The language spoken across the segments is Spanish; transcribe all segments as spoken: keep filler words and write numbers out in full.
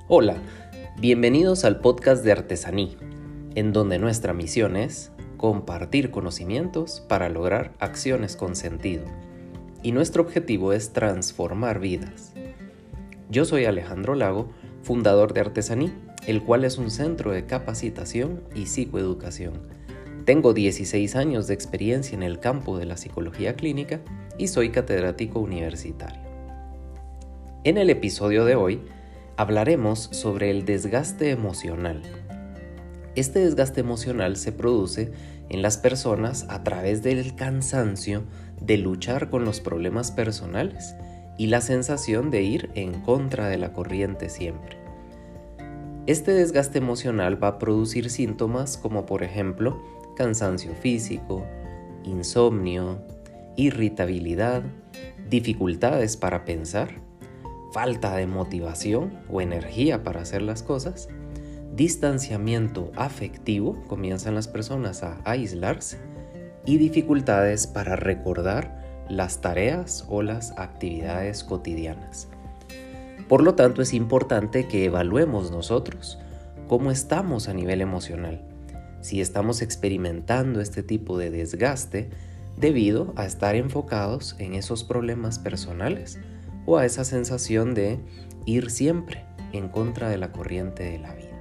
Hola, bienvenidos al podcast de Artesaní, en donde nuestra misión es compartir conocimientos para lograr acciones con sentido. Y nuestro objetivo es transformar vidas. Yo soy Alejandro Lago, fundador de Artesaní, el cual es un centro de capacitación y psicoeducación. Tengo dieciséis años de experiencia en el campo de la psicología clínica y soy catedrático universitario. En el episodio de hoy hablaremos sobre el desgaste emocional. Este desgaste emocional se produce en las personas a través del cansancio de luchar con los problemas personales y la sensación de ir en contra de la corriente siempre. Este desgaste emocional va a producir síntomas como por ejemplo cansancio físico, insomnio, irritabilidad, dificultades para pensar, falta de motivación o energía para hacer las cosas, distanciamiento afectivo, comienzan las personas a aislarse, y dificultades para recordar las tareas o las actividades cotidianas. Por lo tanto, es importante que evaluemos nosotros cómo estamos a nivel emocional, si estamos experimentando este tipo de desgaste debido a estar enfocados en esos problemas personales o a esa sensación de ir siempre en contra de la corriente de la vida.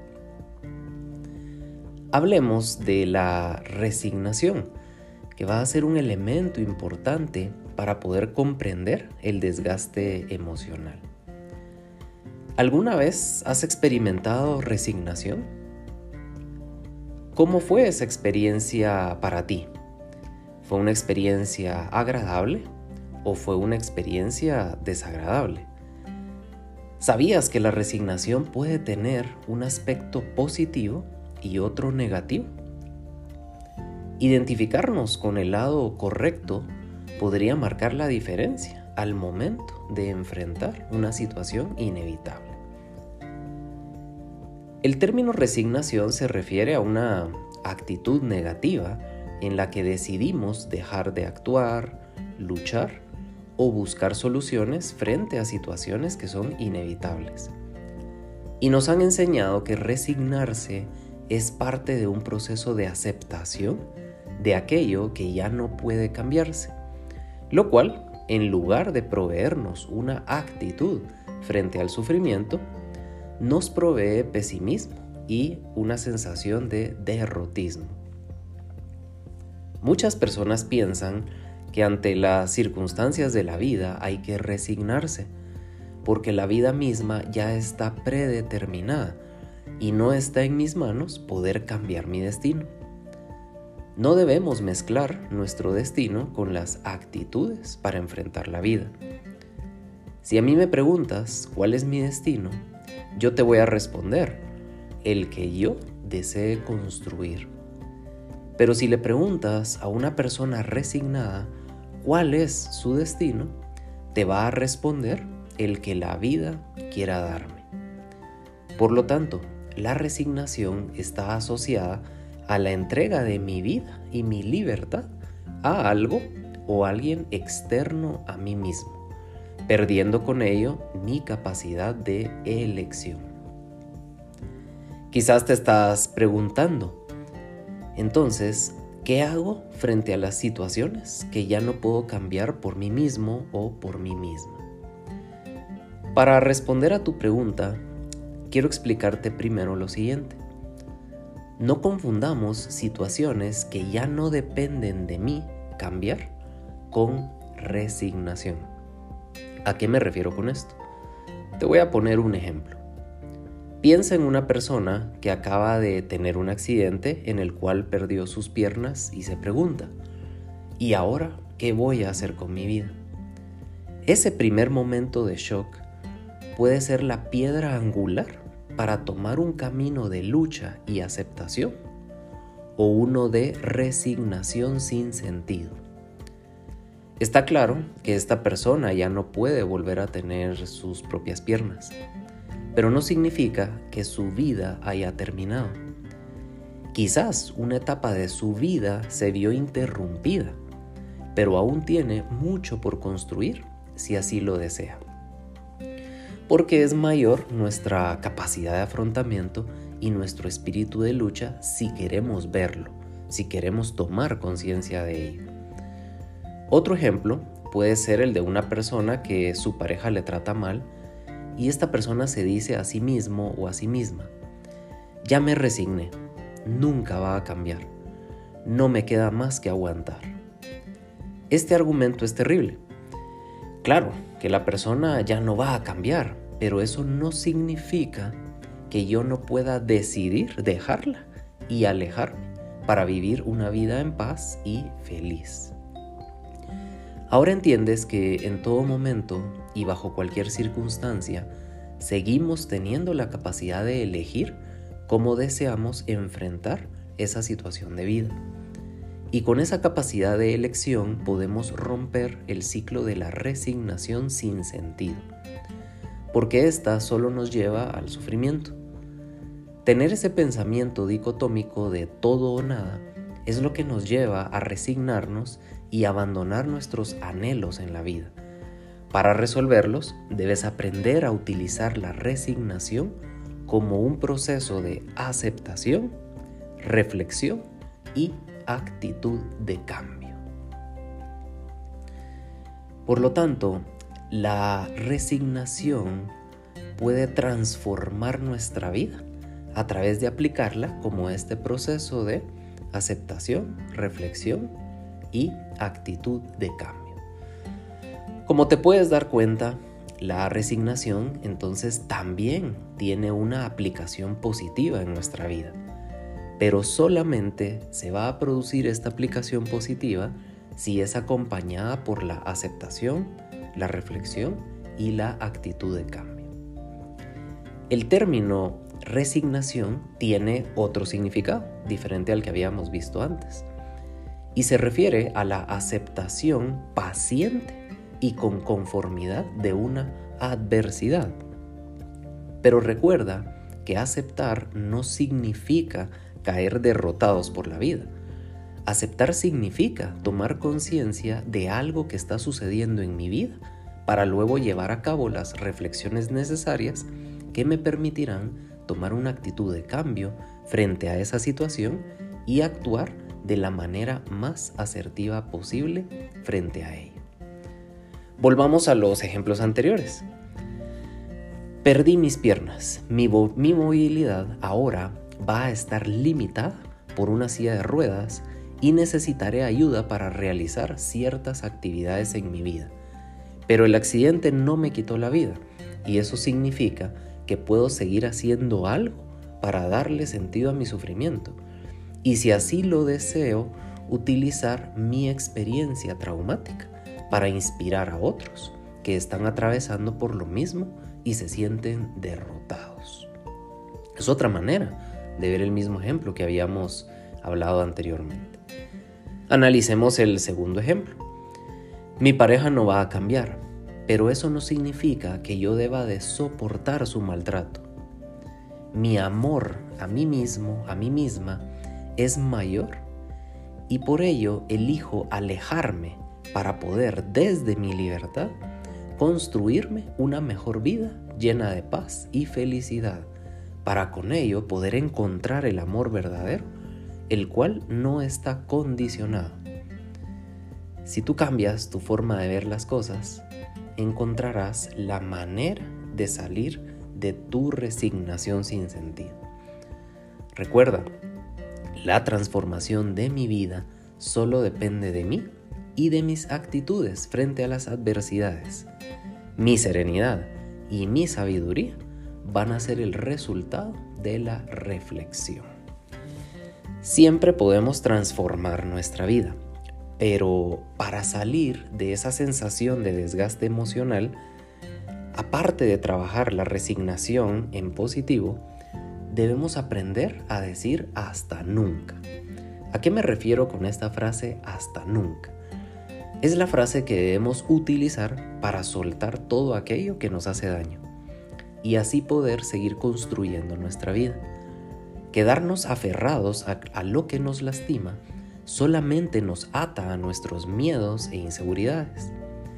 Hablemos de la resignación, que va a ser un elemento importante para poder comprender el desgaste emocional. ¿Alguna vez has experimentado resignación? ¿Cómo fue esa experiencia para ti? ¿Fue una experiencia agradable o fue una experiencia desagradable? ¿Sabías que la resignación puede tener un aspecto positivo y otro negativo? Identificarnos con el lado correcto podría marcar la diferencia al momento de enfrentar una situación inevitable. El término resignación se refiere a una actitud negativa en la que decidimos dejar de actuar, luchar o buscar soluciones frente a situaciones que son inevitables. Y nos han enseñado que resignarse es parte de un proceso de aceptación de aquello que ya no puede cambiarse, lo cual, en lugar de proveernos una actitud frente al sufrimiento, nos provee pesimismo y una sensación de derrotismo. Muchas personas piensan que ante las circunstancias de la vida hay que resignarse, porque la vida misma ya está predeterminada y no está en mis manos poder cambiar mi destino. No debemos mezclar nuestro destino con las actitudes para enfrentar la vida. Si a mí me preguntas cuál es mi destino, yo te voy a responder el que yo desee construir. Pero si le preguntas a una persona resignada cuál es su destino, te va a responder el que la vida quiera darme. Por lo tanto, la resignación está asociada a la entrega de mi vida y mi libertad a algo o alguien externo a mí mismo, perdiendo con ello mi capacidad de elección. Quizás te estás preguntando, entonces, ¿qué hago frente a las situaciones que ya no puedo cambiar por mí mismo o por mí misma? Para responder a tu pregunta, quiero explicarte primero lo siguiente. No confundamos situaciones que ya no dependen de mí cambiar con resignación. ¿A qué me refiero con esto? Te voy a poner un ejemplo. Piensa en una persona que acaba de tener un accidente en el cual perdió sus piernas y se pregunta, ¿y ahora qué voy a hacer con mi vida? Ese primer momento de shock puede ser la piedra angular para tomar un camino de lucha y aceptación o uno de resignación sin sentido. Está claro que esta persona ya no puede volver a tener sus propias piernas, pero no significa que su vida haya terminado. Quizás una etapa de su vida se vio interrumpida, pero aún tiene mucho por construir si así lo desea. porque es mayor nuestra capacidad de afrontamiento y nuestro espíritu de lucha si queremos verlo, si queremos tomar conciencia de ello. Otro ejemplo puede ser el de una persona que su pareja le trata mal y esta persona se dice a sí mismo o a sí misma: ya me resigné, nunca va a cambiar, no me queda más que aguantar. Este argumento es terrible. Claro que la persona ya no va a cambiar, pero eso no significa que yo no pueda decidir dejarla y alejarme para vivir una vida en paz y feliz. Ahora entiendes que en todo momento y bajo cualquier circunstancia seguimos teniendo la capacidad de elegir cómo deseamos enfrentar esa situación de vida. Y con esa capacidad de elección podemos romper el ciclo de la resignación sin sentido, porque esta solo nos lleva al sufrimiento. Tener ese pensamiento dicotómico de todo o nada es lo que nos lleva a resignarnos y abandonar nuestros anhelos en la vida. Para resolverlos, debes aprender a utilizar la resignación como un proceso de aceptación, reflexión y actitud de cambio. Por lo tanto, la resignación puede transformar nuestra vida a través de aplicarla como este proceso de aceptación, reflexión y actitud de cambio. Como te puedes dar cuenta, la resignación entonces también tiene una aplicación positiva en nuestra vida, pero solamente se va a producir esta aplicación positiva si es acompañada por la aceptación, la reflexión y la actitud de cambio. El término resignación tiene otro significado, diferente al que habíamos visto antes, y se refiere a la aceptación paciente y con conformidad de una adversidad. Pero recuerda que aceptar no significa caer derrotados por la vida. Aceptar significa tomar conciencia de algo que está sucediendo en mi vida para luego llevar a cabo las reflexiones necesarias que me permitirán tomar una actitud de cambio frente a esa situación y actuar de la manera más asertiva posible frente a ello. Volvamos a los ejemplos anteriores. Perdí mis piernas. Mi, bo- mi movilidad ahora va a estar limitada por una silla de ruedas y necesitaré ayuda para realizar ciertas actividades en mi vida. Pero el accidente no me quitó la vida y eso significa que puedo seguir haciendo algo para darle sentido a mi sufrimiento. Y si así lo deseo, utilizar mi experiencia traumática para inspirar a otros que están atravesando por lo mismo y se sienten derrotados. Es otra manera de ver el mismo ejemplo que habíamos hablado anteriormente. Analicemos el segundo ejemplo. Mi pareja no va a cambiar, pero eso no significa que yo deba de soportar su maltrato. Mi amor a mí mismo, a mí misma, es mayor y por ello elijo alejarme para poder desde mi libertad construirme una mejor vida llena de paz y felicidad, para con ello poder encontrar el amor verdadero, el cual no está condicionado. Si tú cambias tu forma de ver las cosas, encontrarás la manera de salir de tu resignación sin sentido. Recuerda, la transformación de mi vida solo depende de mí y de mis actitudes frente a las adversidades. Mi serenidad y mi sabiduría van a ser el resultado de la reflexión. Siempre podemos transformar nuestra vida, pero para salir de esa sensación de desgaste emocional, aparte de trabajar la resignación en positivo, debemos aprender a decir hasta nunca. ¿A qué me refiero con esta frase hasta nunca? Es la frase que debemos utilizar para soltar todo aquello que nos hace daño y así poder seguir construyendo nuestra vida. Quedarnos aferrados a, a lo que nos lastima solamente nos ata a nuestros miedos e inseguridades.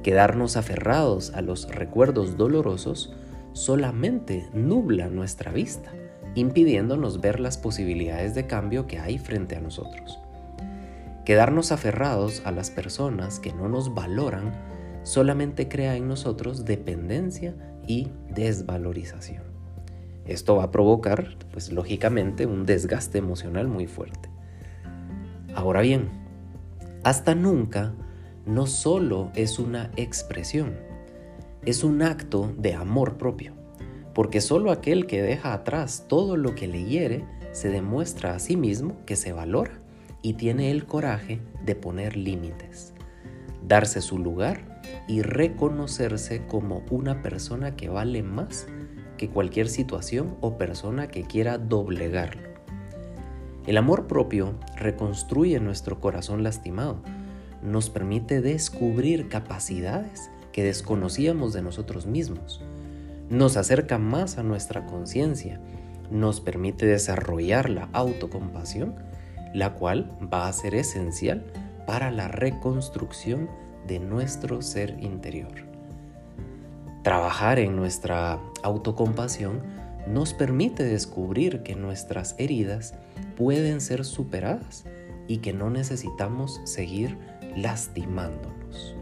Quedarnos aferrados a los recuerdos dolorosos solamente nubla nuestra vista, impidiéndonos ver las posibilidades de cambio que hay frente a nosotros. Quedarnos aferrados a las personas que no nos valoran solamente crea en nosotros dependencia y desvalorización. Esto va a provocar, pues lógicamente, un desgaste emocional muy fuerte. Ahora bien, hasta nunca no solo es una expresión, es un acto de amor propio, porque solo aquel que deja atrás todo lo que le hiere se demuestra a sí mismo que se valora y tiene el coraje de poner límites, darse su lugar y reconocerse como una persona que vale más que cualquier situación o persona que quiera doblegarlo. El amor propio reconstruye nuestro corazón lastimado, nos permite descubrir capacidades que desconocíamos de nosotros mismos, nos acerca más a nuestra conciencia, nos permite desarrollar la autocompasión, la cual va a ser esencial para la reconstrucción de nuestro ser interior. Trabajar en nuestra autocompasión nos permite descubrir que nuestras heridas pueden ser superadas y que no necesitamos seguir lastimándonos.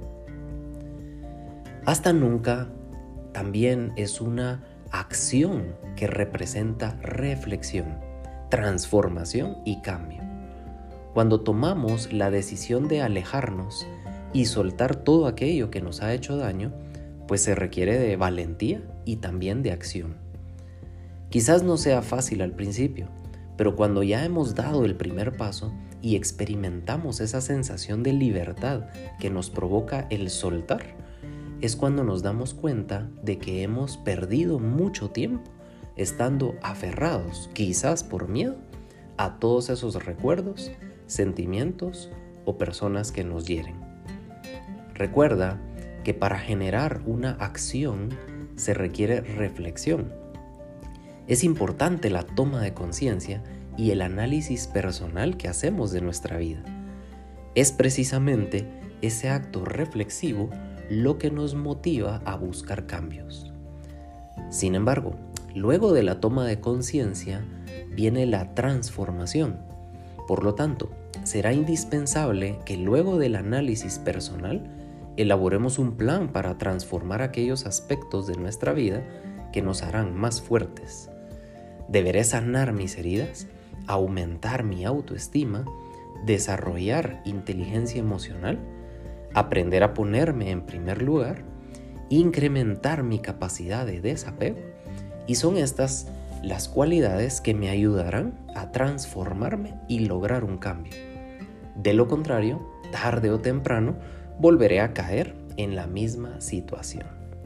Hasta nunca también es una acción que representa reflexión, transformación y cambio. Cuando tomamos la decisión de alejarnos y soltar todo aquello que nos ha hecho daño, pues se requiere de valentía y también de acción. Quizás no sea fácil al principio, pero cuando ya hemos dado el primer paso y experimentamos esa sensación de libertad que nos provoca el soltar, es cuando nos damos cuenta de que hemos perdido mucho tiempo estando aferrados, quizás por miedo, a todos esos recuerdos, sentimientos o personas que nos hieren. Recuerda que para generar una acción se requiere reflexión. Es importante la toma de conciencia y el análisis personal que hacemos de nuestra vida. Es precisamente ese acto reflexivo lo que nos motiva a buscar cambios. Sin embargo, luego de la toma de conciencia viene la transformación. Por lo tanto, será indispensable que luego del análisis personal elaboremos un plan para transformar aquellos aspectos de nuestra vida que nos harán más fuertes. Deberé sanar mis heridas, aumentar mi autoestima, desarrollar inteligencia emocional, aprender a ponerme en primer lugar, incrementar mi capacidad de desapego, y son estas las cualidades que me ayudarán a transformarme y lograr un cambio. De lo contrario, tarde o temprano, volveré a caer en la misma situación.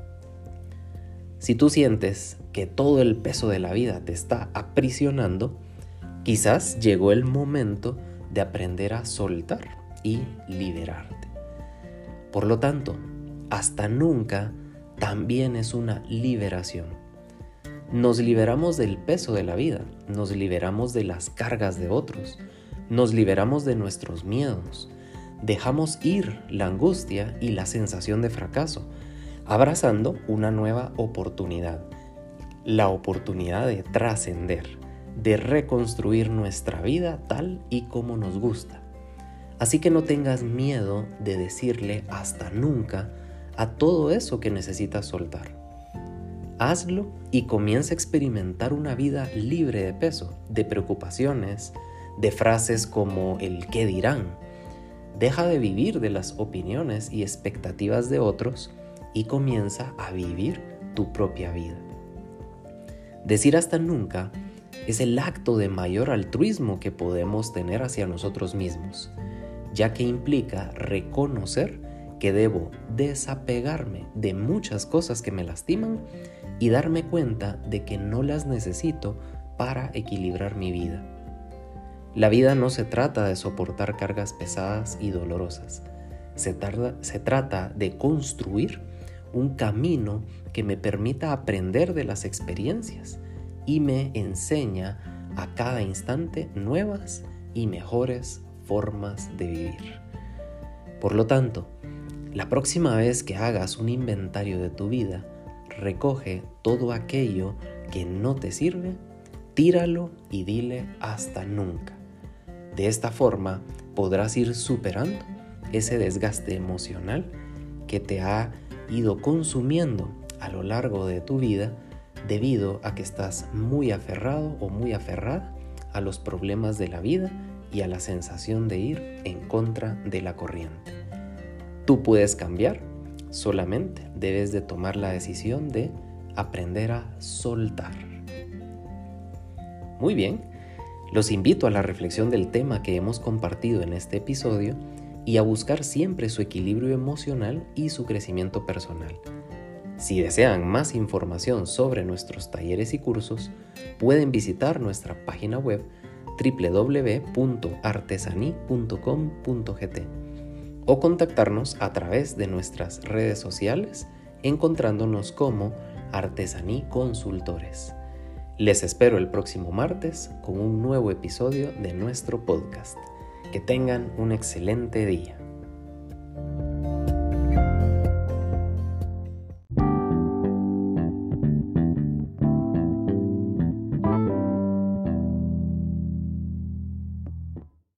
Si tú sientes que todo el peso de la vida te está aprisionando, quizás llegó el momento de aprender a soltar y liberarte. Por lo tanto, hasta nunca también es una liberación. Nos liberamos del peso de la vida, nos liberamos de las cargas de otros, nos liberamos de nuestros miedos, dejamos ir la angustia y la sensación de fracaso, abrazando una nueva oportunidad, la oportunidad de trascender, de reconstruir nuestra vida tal y como nos gusta. Así que no tengas miedo de decirle hasta nunca a todo eso que necesitas soltar. Hazlo y comienza a experimentar una vida libre de peso, de preocupaciones, de frases como el ¿qué dirán? Deja de vivir de las opiniones y expectativas de otros y comienza a vivir tu propia vida. Decir hasta nunca es el acto de mayor altruismo que podemos tener hacia nosotros mismos, ya que implica reconocer que debo desapegarme de muchas cosas que me lastiman y darme cuenta de que no las necesito para equilibrar mi vida. La vida no se trata de soportar cargas pesadas y dolorosas. Se, tarda, se trata de construir un camino que me permita aprender de las experiencias y me enseña a cada instante nuevas y mejores formas de vivir. Por lo tanto, La próxima vez que hagas un inventario de tu vida, recoge todo aquello que no te sirve, tíralo y dile hasta nunca. De esta forma podrás ir superando ese desgaste emocional que te ha ido consumiendo a lo largo de tu vida debido a que estás muy aferrado o muy aferrada a los problemas de la vida y a la sensación de ir en contra de la corriente. Tú puedes cambiar, solamente debes de tomar la decisión de aprender a soltar. Muy bien, los invito a la reflexión del tema que hemos compartido en este episodio y a buscar siempre su equilibrio emocional y su crecimiento personal. Si desean más información sobre nuestros talleres y cursos, pueden visitar nuestra página web doble u doble u doble u punto artesani punto com punto g t o contactarnos a través de nuestras redes sociales encontrándonos como Artesaní Consultores. Les espero el próximo martes con un nuevo episodio de nuestro podcast. Que tengan un excelente día.